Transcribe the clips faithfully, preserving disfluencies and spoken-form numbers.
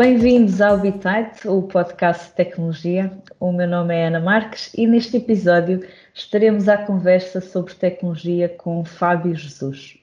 Bem-vindos ao Bitite, o podcast de tecnologia. O meu nome é Ana Marques e neste episódio estaremos à conversa sobre tecnologia com Fábio Jesus.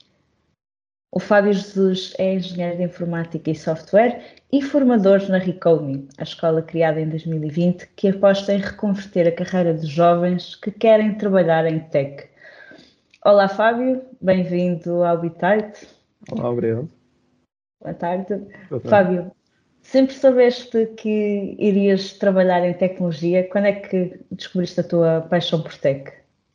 O Fábio Jesus é engenheiro de informática e software e formador na Recode, a escola criada em dois mil e vinte que aposta em reconverter a carreira de jovens que querem trabalhar em tech. Olá Fábio, bem-vindo ao Bitite. Olá, obrigado. Boa tarde. Boa tarde. Fábio, sempre soubeste que irias trabalhar em tecnologia? Quando é que descobriste a tua paixão por tech?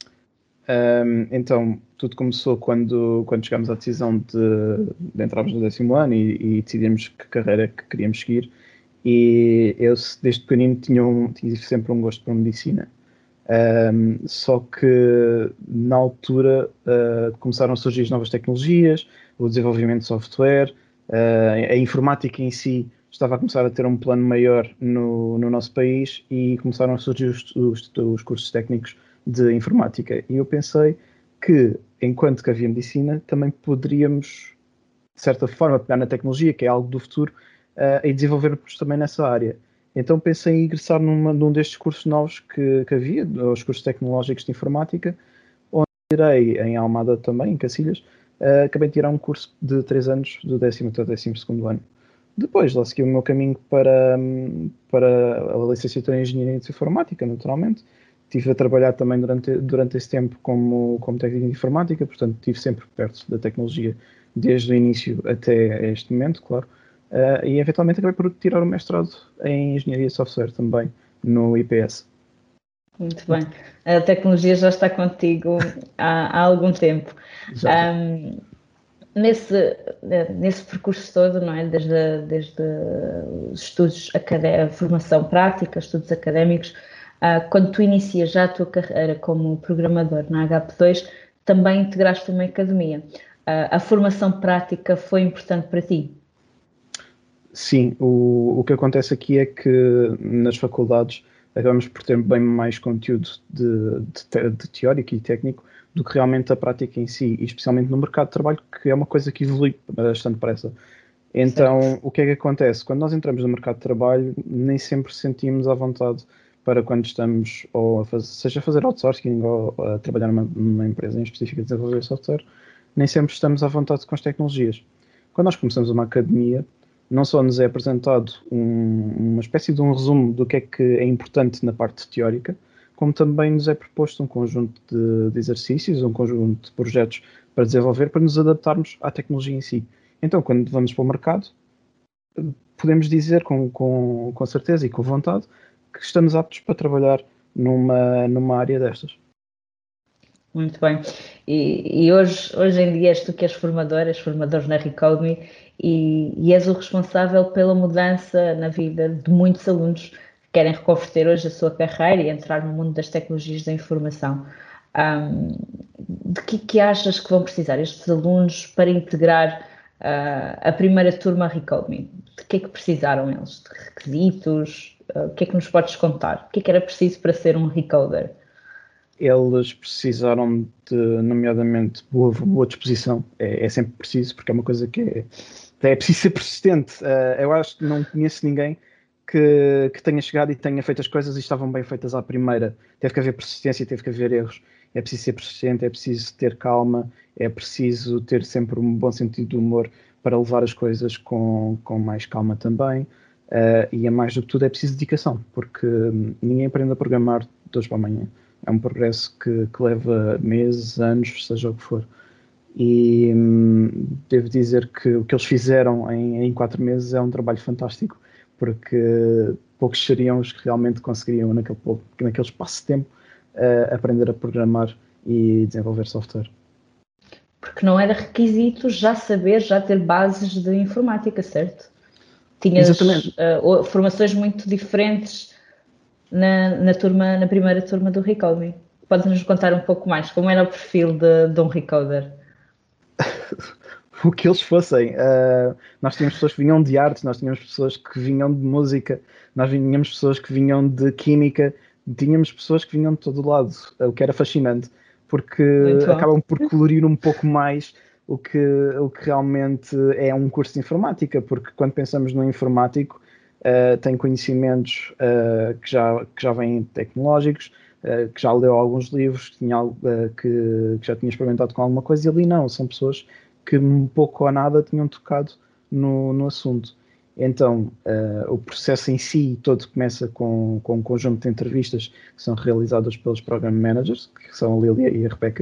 Um, então, tudo começou quando, quando chegámos à decisão de, de entrarmos no décimo ano e, e decidimos que carreira que queríamos seguir. E eu, desde pequenino, tinha, um, tinha sempre um gosto por medicina. Um, só que, na altura, uh, começaram a surgir as novas tecnologias, o desenvolvimento de software, uh, a informática em si estava a começar a ter um plano maior no, no nosso país e começaram a surgir os, os, os cursos técnicos de informática. E eu pensei que, enquanto que havia medicina, também poderíamos, de certa forma, pegar na tecnologia, que é algo do futuro, uh, e desenvolvermos também nessa área. Então pensei em ingressar numa, num destes cursos novos que, que havia, os cursos tecnológicos de informática, onde tirei em Almada também, em Cacilhas, uh, acabei de tirar um curso de três anos, do décimo até o décimo segundo ano. Depois, lá segui o meu caminho para, para a licenciatura em Engenharia de Informática, naturalmente. Estive a trabalhar também durante, durante esse tempo como, como técnico de informática, portanto, estive sempre perto da tecnologia, desde o início até este momento, claro. Uh, e, eventualmente, acabei por tirar o mestrado em Engenharia de Software também, no I P S. Muito bem. A tecnologia já está contigo há, há algum tempo. Já. Um, nesse, nesse percurso todo, não é? Desde, desde os estudos académicos, formação prática, estudos académicos, uh, quando tu inicias já a tua carreira como programador na H P dois, também integraste uma academia. Uh, a formação prática foi importante para ti? Sim, o, o que acontece aqui é que nas faculdades acabamos por ter bem mais conteúdo de, de, de teórico e técnico do que realmente a prática em si, e especialmente no mercado de trabalho, que é uma coisa que evolui bastante depressa. Então, certo. O que é que acontece? Quando nós entramos no mercado de trabalho, nem sempre sentimos à vontade para quando estamos, ou a fazer, seja a fazer outsourcing ou a trabalhar numa, numa empresa em específica de desenvolver software, nem sempre estamos à vontade com as tecnologias. Quando nós começamos uma academia, não só nos é apresentado um, uma espécie de um resumo do que é que é importante na parte teórica, como também nos é proposto um conjunto de, de exercícios, um conjunto de projetos para desenvolver, para nos adaptarmos à tecnologia em si. Então, quando vamos para o mercado, podemos dizer com, com, com certeza e com vontade que estamos aptos para trabalhar numa, numa área destas. Muito bem. E, e hoje, hoje em dia és tu que és formador, és formador na Recode e, e és o responsável pela mudança na vida de muitos alunos que querem reconverter hoje a sua carreira e entrar no mundo das tecnologias da informação. Um, de que, que achas que vão precisar estes alunos para integrar uh, a primeira turma Recode? De que é que precisaram eles? De requisitos? Uh, o que é que nos podes contar? O que é que era preciso para ser um Recoder? Eles precisaram de, nomeadamente, boa, boa disposição. É, é sempre preciso, porque é uma coisa que é, é preciso ser persistente. Uh, eu acho que não conheço ninguém que, que tenha chegado e tenha feito as coisas e estavam bem feitas à primeira. Teve que haver persistência, teve que haver erros. É preciso ser persistente, é preciso ter calma, é preciso ter sempre um bom sentido de humor para levar as coisas com, com mais calma também. Uh, e, a mais do que tudo, é preciso dedicação, porque ninguém aprende a programar de hoje para amanhã. É um progresso que, que leva meses, anos, seja o que for. E hum, devo dizer que o que eles fizeram em, em quatro meses é um trabalho fantástico, porque poucos seriam os que realmente conseguiriam, naquele, pouco, naquele espaço de tempo, uh, aprender a programar e desenvolver software. Porque não era requisito já saber, já ter bases de informática, certo? Tinhas uh, formações muito diferentes na, na, turma, na primeira turma do Recode. Podes-nos contar um pouco mais como era o perfil de, de um Recoder? O que eles fossem. Uh, nós tínhamos pessoas que vinham de artes, nós tínhamos pessoas que vinham de música, nós tínhamos pessoas que vinham de química, tínhamos pessoas que vinham de todo lado, o que era fascinante, porque acabam por colorir um pouco mais o que, o que realmente é um curso de informática, porque quando pensamos no informático, uh, tem conhecimentos uh, que, já, que já vêm tecnológicos, uh, que já leu alguns livros, que, tinha, uh, que, que já tinha experimentado com alguma coisa, e ali não, são pessoas que pouco ou nada tinham tocado no, no assunto. Então, uh, o processo em si todo começa com, com um conjunto de entrevistas que são realizadas pelos Program Managers, que são a Lília e a Rebeca.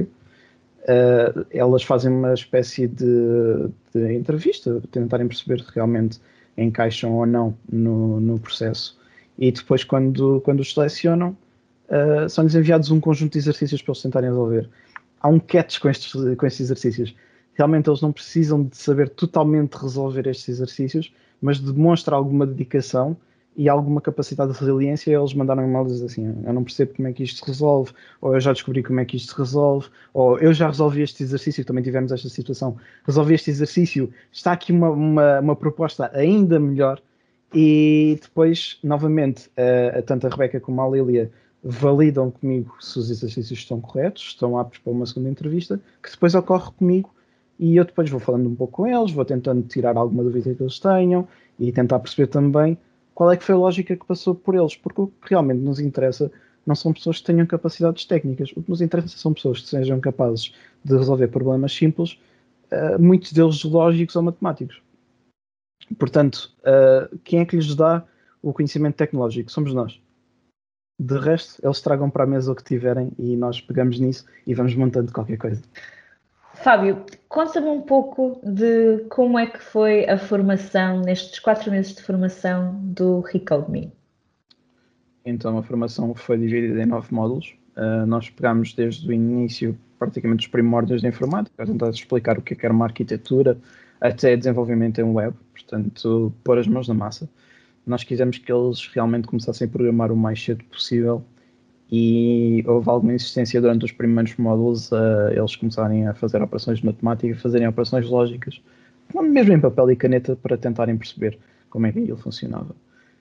Uh, elas fazem uma espécie de, de entrevista, tentarem perceber se realmente encaixam ou não no, no processo. E depois, quando, quando os selecionam, uh, são-lhes enviados um conjunto de exercícios para eles tentarem resolver. Há um catch com estes, com estes exercícios. Realmente eles não precisam de saber totalmente resolver estes exercícios, mas demonstra alguma dedicação e alguma capacidade de resiliência. Eles mandaram um e-mail e dizem assim: eu não percebo como é que isto se resolve, ou eu já descobri como é que isto se resolve, ou eu já resolvi este exercício, também tivemos esta situação, resolvi este exercício, está aqui uma, uma, uma proposta ainda melhor. E depois, novamente, a, a, tanto a Rebeca como a Lília validam comigo se os exercícios estão corretos, estão aptos para uma segunda entrevista, que depois ocorre comigo, e eu depois vou falando um pouco com eles, vou tentando tirar alguma dúvida que eles tenham e tentar perceber também qual é que foi a lógica que passou por eles, porque o que realmente nos interessa não são pessoas que tenham capacidades técnicas, o que nos interessa são pessoas que sejam capazes de resolver problemas simples, uh, muitos deles lógicos ou matemáticos. Portanto, uh, quem é que lhes dá o conhecimento tecnológico? Somos nós. De resto, eles tragam para a mesa o que tiverem e nós pegamos nisso e vamos montando qualquer coisa. Fábio, conta-me um pouco de como é que foi a formação, nestes quatro meses de formação do Recode.me. Então, a formação foi dividida em nove módulos. Uh, nós pegámos desde o início, praticamente os primórdios da informática, a tentar explicar o que é que era uma arquitetura, até desenvolvimento em web, portanto, pôr as mãos na massa. Nós quisemos que eles realmente começassem a programar o mais cedo possível e houve alguma insistência durante os primeiros módulos a eles começarem a fazer operações de matemática, fazerem operações lógicas, mesmo em papel e caneta, para tentarem perceber como é que aquilo funcionava.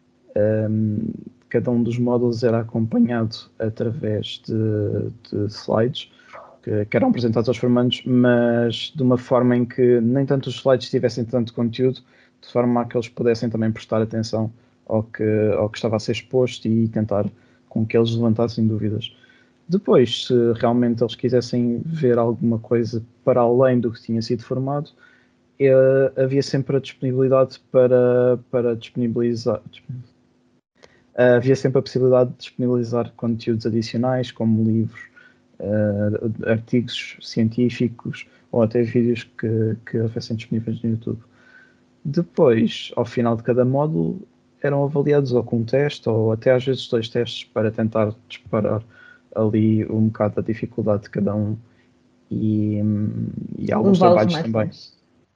Um, cada um dos módulos era acompanhado através de, de slides que, que eram apresentados aos formandos, mas de uma forma em que nem tanto os slides tivessem tanto conteúdo, de forma a que eles pudessem também prestar atenção ao que, ao que estava a ser exposto e tentar com que eles levantassem dúvidas. Depois, se realmente eles quisessem ver alguma coisa para além do que tinha sido formado, eh, havia sempre a disponibilidade para, para disponibilizar. Uh, havia sempre a possibilidade de disponibilizar conteúdos adicionais, como livros, uh, artigos científicos ou até vídeos que, que houvessem disponíveis no YouTube. Depois, ao final de cada módulo, eram avaliados ou com um teste ou até às vezes dois testes para tentar disparar ali um bocado da dificuldade de cada um e, e alguns trabalhos também. Longe.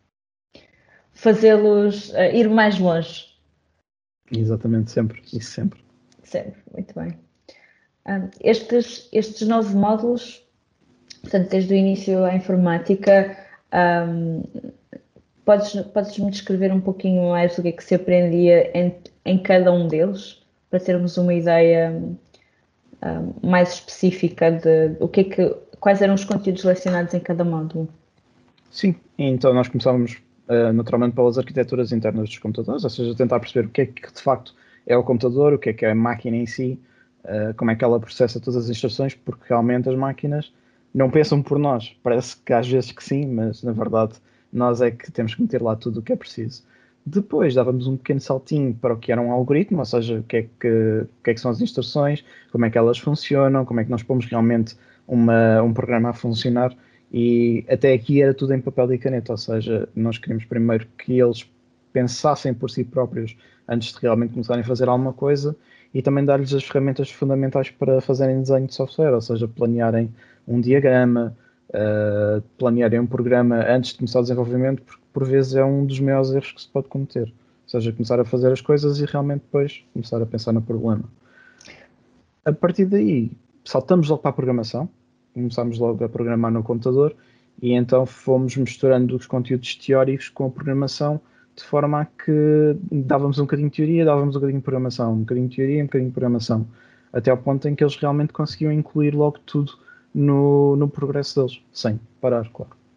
Fazê-los uh, ir mais longe. Exatamente, sempre, isso sempre. Sempre, muito bem. Um, estes, estes nove módulos, portanto, desde o início à informática, um, podes, podes-me descrever um pouquinho mais o que é que se aprendia em, em cada um deles, para termos uma ideia um, mais específica de o que é que, quais eram os conteúdos selecionados em cada módulo? Sim, então nós começávamos uh, naturalmente pelas arquiteturas internas dos computadores, ou seja, tentar perceber o que é que de facto é o computador, o que é que é a máquina em si, uh, como é que ela processa todas as instruções, porque realmente as máquinas não pensam por nós. Parece que às vezes que sim, mas na verdade nós é que temos que meter lá tudo o que é preciso. Depois dávamos um pequeno saltinho para o que era um algoritmo, ou seja, o que é que, o que, é que são as instruções, como é que elas funcionam, como é que nós pomos realmente uma, um programa a funcionar. E até aqui era tudo em papel e caneta, ou seja, nós queríamos primeiro que eles pensassem por si próprios antes de realmente começarem a fazer alguma coisa e também dar-lhes as ferramentas fundamentais para fazerem desenho de software, ou seja, planearem um diagrama, uh, planearem um programa antes de começar o desenvolvimento, porque por vezes é um dos maiores erros que se pode cometer. Ou seja, começar a fazer as coisas e realmente depois começar a pensar no problema. A partir daí, saltamos logo para a programação, começámos logo a programar no computador e então fomos misturando os conteúdos teóricos com a programação de forma a que dávamos um bocadinho de teoria, dávamos um bocadinho de programação, um bocadinho de teoria, um bocadinho de programação, até ao ponto em que eles realmente conseguiam incluir logo tudo no, no progresso deles, sem parar, claro.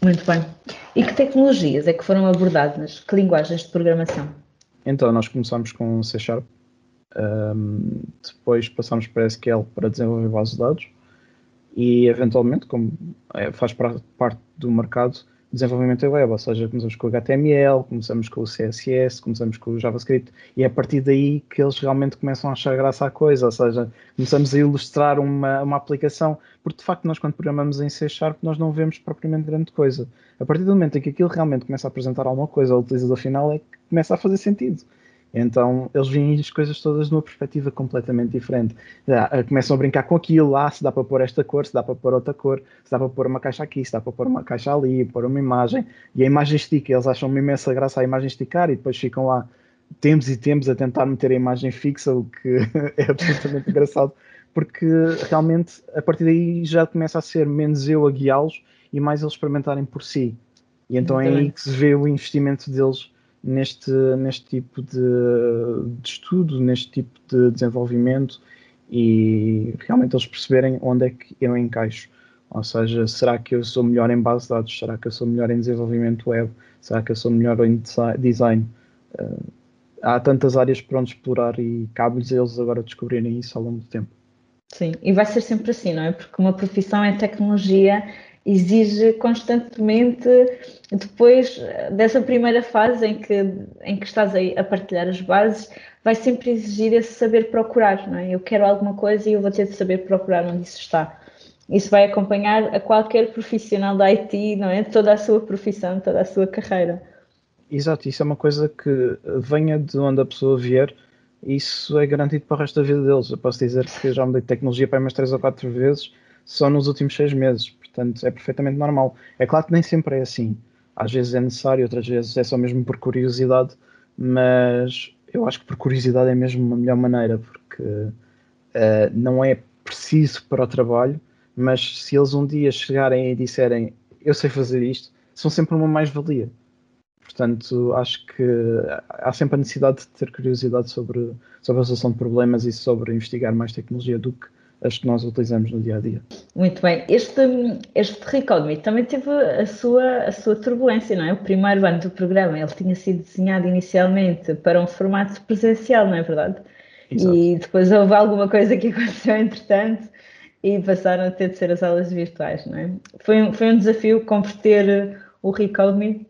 Muito bem. E que tecnologias é que foram abordadas? Que linguagens de programação? Então, nós começamos com C Sharp, um, depois passamos para S Q L para desenvolver bases de dados e, eventualmente, como é, faz parte do mercado, desenvolvimento em web, ou seja, começamos com o H T M L, começamos com o C S S, começamos com o JavaScript e é a partir daí que eles realmente começam a achar graça à coisa, ou seja, começamos a ilustrar uma, uma aplicação, porque de facto nós quando programamos em C Sharp nós não vemos propriamente grande coisa. A partir do momento em que aquilo realmente começa a apresentar alguma coisa ao utilizador final é que começa a fazer sentido. Então eles veem as coisas todas numa perspectiva completamente diferente. Já, começam a brincar com aquilo, ah, se dá para pôr esta cor, se dá para pôr outra cor, se dá para pôr uma caixa aqui, se dá para pôr uma caixa ali, pôr uma imagem, e a imagem estica, eles acham uma imensa graça a imagem esticar e depois ficam lá tempos e tempos a tentar meter a imagem fixa, o que é absolutamente engraçado, porque realmente a partir daí já começa a ser menos eu a guiá-los e mais eles experimentarem por si. E então é aí que se vê o investimento deles neste, neste tipo de, de estudo, neste tipo de desenvolvimento e realmente eles perceberem onde é que eu encaixo. Ou seja, será que eu sou melhor em base de dados? Será que eu sou melhor em desenvolvimento web? Será que eu sou melhor em design? Uh, há tantas áreas para onde explorar e cabe-lhes a eles agora descobrirem isso ao longo do tempo. Sim, e vai ser sempre assim, não é? Porque uma profissão é tecnologia, exige constantemente, depois dessa primeira fase em que, em que estás aí a partilhar as bases, vai sempre exigir esse saber procurar, não é? Eu quero alguma coisa e eu vou ter de saber procurar onde isso está. Isso vai acompanhar a qualquer profissional da I T, não é? Toda a sua profissão, toda a sua carreira. Exato, isso é uma coisa que venha de onde a pessoa vier, isso é garantido para o resto da vida deles. Eu posso dizer que já mudei de tecnologia para umas três ou quatro vezes só nos últimos seis meses, portanto é perfeitamente normal. É claro que nem sempre é assim, às vezes é necessário, outras vezes é só mesmo por curiosidade, mas eu acho que por curiosidade é mesmo a melhor maneira, porque uh, não é preciso para o trabalho, mas se eles um dia chegarem e disserem eu sei fazer isto, são sempre uma mais-valia. Portanto, acho que há sempre a necessidade de ter curiosidade sobre, sobre a resolução de problemas e sobre investigar mais tecnologia do que as que nós utilizamos no dia a dia. Muito bem. Este, este Recall Me também teve a sua, a sua turbulência, não é? O primeiro ano do programa, ele tinha sido desenhado inicialmente para um formato presencial, não é verdade? Exato. E depois houve alguma coisa que aconteceu entretanto e passaram a ter de ser as aulas virtuais, não é? Foi um, foi um desafio converter o Recall Me?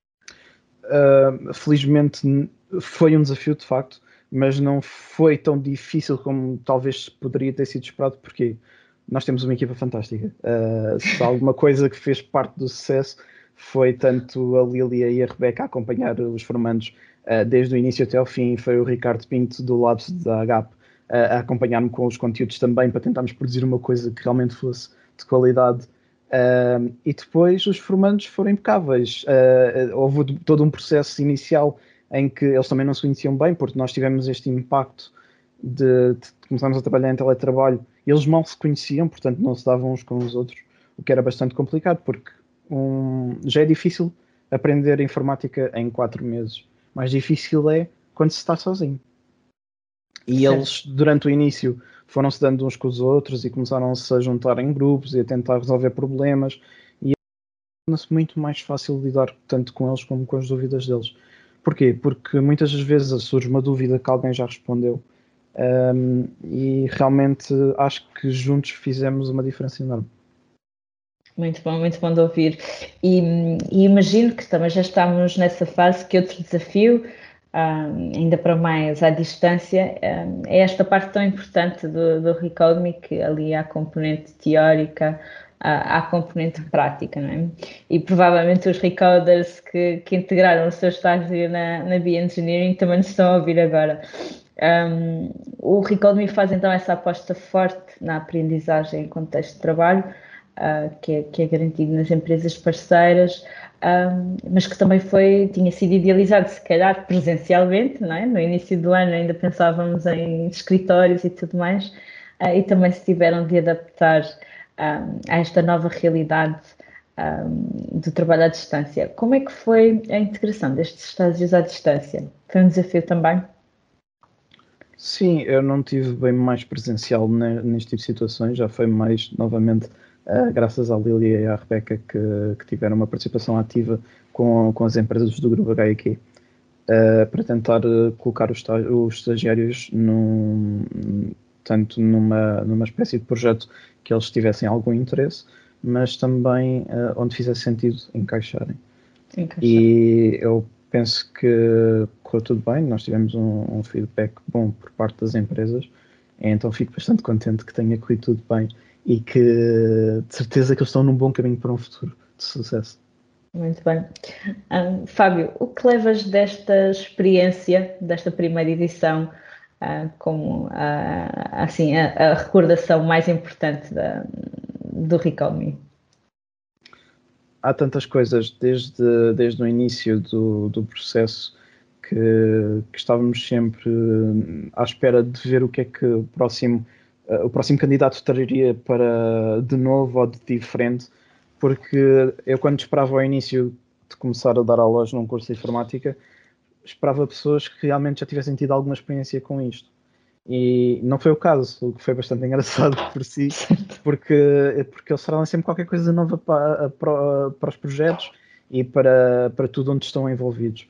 Uh, felizmente foi um desafio de facto, mas não foi tão difícil como talvez poderia ter sido esperado, porque nós temos uma equipa fantástica. Uh, se alguma coisa que fez parte do sucesso foi tanto a Lília e a Rebeca a acompanhar os formandos uh, desde o início até ao fim, foi o Ricardo Pinto do Labs da H A P uh, a acompanhar-me com os conteúdos também para tentarmos produzir uma coisa que realmente fosse de qualidade. Uh, e depois os formandos foram impecáveis. Uh, houve todo um processo inicial em que eles também não se conheciam bem, porque nós tivemos este impacto de, de começarmos a trabalhar em teletrabalho. Eles mal se conheciam, portanto não se davam uns com os outros, o que era bastante complicado, porque um, já é difícil aprender informática em quatro meses. Mais difícil é quando se está sozinho. E certo. Eles, durante o início, foram-se dando uns com os outros e começaram-se a juntar em grupos e a tentar resolver problemas. E torna-se muito mais fácil lidar tanto com eles como com as dúvidas deles. Porquê? Porque muitas das vezes surge uma dúvida que alguém já respondeu. Um, e realmente acho que juntos fizemos uma diferença enorme. Muito bom, muito bom de ouvir. E, e imagino que também já estamos nessa fase que outro desafio, um, ainda para mais à distância, um, é esta parte tão importante do, do Recall Me, que ali há a componente teórica, há a componente prática, não é? E provavelmente os recoders que, que integraram o seu estágio na, na Bioengineering também nos estão a ouvir agora. Um, o Recall Me faz então essa aposta forte na aprendizagem em contexto de trabalho, Uh, que, é, que é garantido nas empresas parceiras, um, mas que também foi, tinha sido idealizado, se calhar, presencialmente, não é? No início do ano ainda pensávamos em escritórios e tudo mais, uh, e também se tiveram de adaptar um, a esta nova realidade um, do trabalho à distância. Como é que foi a integração destes estágios à distância? Foi um desafio também? Sim, eu não tive bem mais presencial neste tipo de situações, já foi mais, novamente, uh, graças à Lília e à Rebeca que, que tiveram uma participação ativa com, com as empresas do Grupo H I Q, uh, para tentar uh, colocar os, os estagiários num, tanto numa, numa espécie de projeto que eles tivessem algum interesse, mas também uh, onde fizesse sentido encaixarem. Encaixar. E eu penso que correu tudo bem, nós tivemos um, um feedback bom por parte das empresas, então fico bastante contente que tenha corrido tudo bem e que de certeza que eles estão num bom caminho para um futuro de sucesso. Muito bem. Um, Fábio, o que levas desta experiência, desta primeira edição, uh, como uh, assim, a, a recordação mais importante da, do Recall Me? Há tantas coisas desde, desde o início do, do processo que, que estávamos sempre à espera de ver o que é que o próximo, uh, o próximo candidato traria para de novo ou de diferente, porque eu quando esperava ao início de começar a dar aulas num curso de informática, esperava pessoas que realmente já tivessem tido alguma experiência com isto. E não foi o caso, o que foi bastante engraçado por si, porque, porque eles trazem sempre qualquer coisa nova para, para, para os projetos e para, para tudo onde estão envolvidos.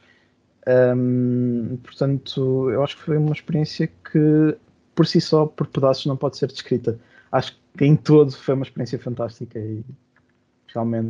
Um, portanto, eu acho que foi uma experiência que, por si só, por pedaços, não pode ser descrita. Acho que em todo foi uma experiência fantástica e realmente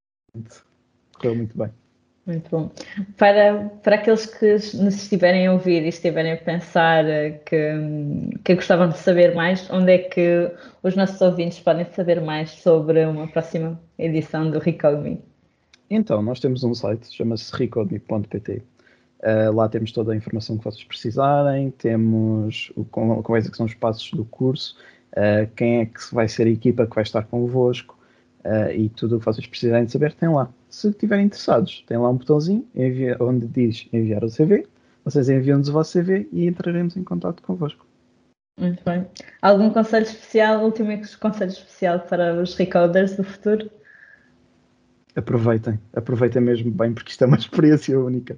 correu muito bem. Muito bom. Para, para aqueles que nos estiverem a ouvir e estiverem a pensar que, que gostavam de saber mais, onde é que os nossos ouvintes podem saber mais sobre uma próxima edição do Recall Me? Então, nós temos um site, chama-se recodme ponto pt. Uh, lá temos toda a informação que vocês precisarem, temos o, quais é que são os passos do curso, uh, quem é que vai ser a equipa que vai estar convosco, uh, e tudo o que vocês precisarem de saber tem lá. Se estiverem interessados, tem lá um botãozinho envia, onde diz enviar o C V, vocês enviam-nos o vosso C V e entraremos em contato convosco. Muito bem. Algum conselho especial, último conselho especial para os recorders do futuro? Aproveitem, aproveitem mesmo bem, porque isto é uma experiência única.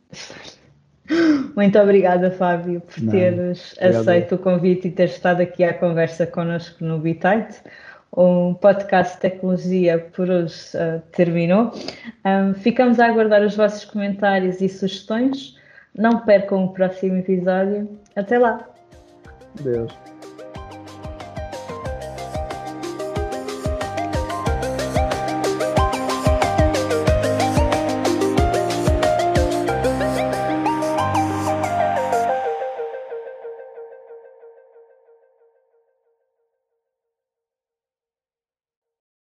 Muito obrigada, Fábio, por Não, teres obrigado. aceito o convite e teres estado aqui à conversa connosco no Bitite. O podcast de Tecnologia por hoje uh, terminou. Um, ficamos a aguardar os vossos comentários e sugestões. Não percam o próximo episódio. Até lá! Adeus.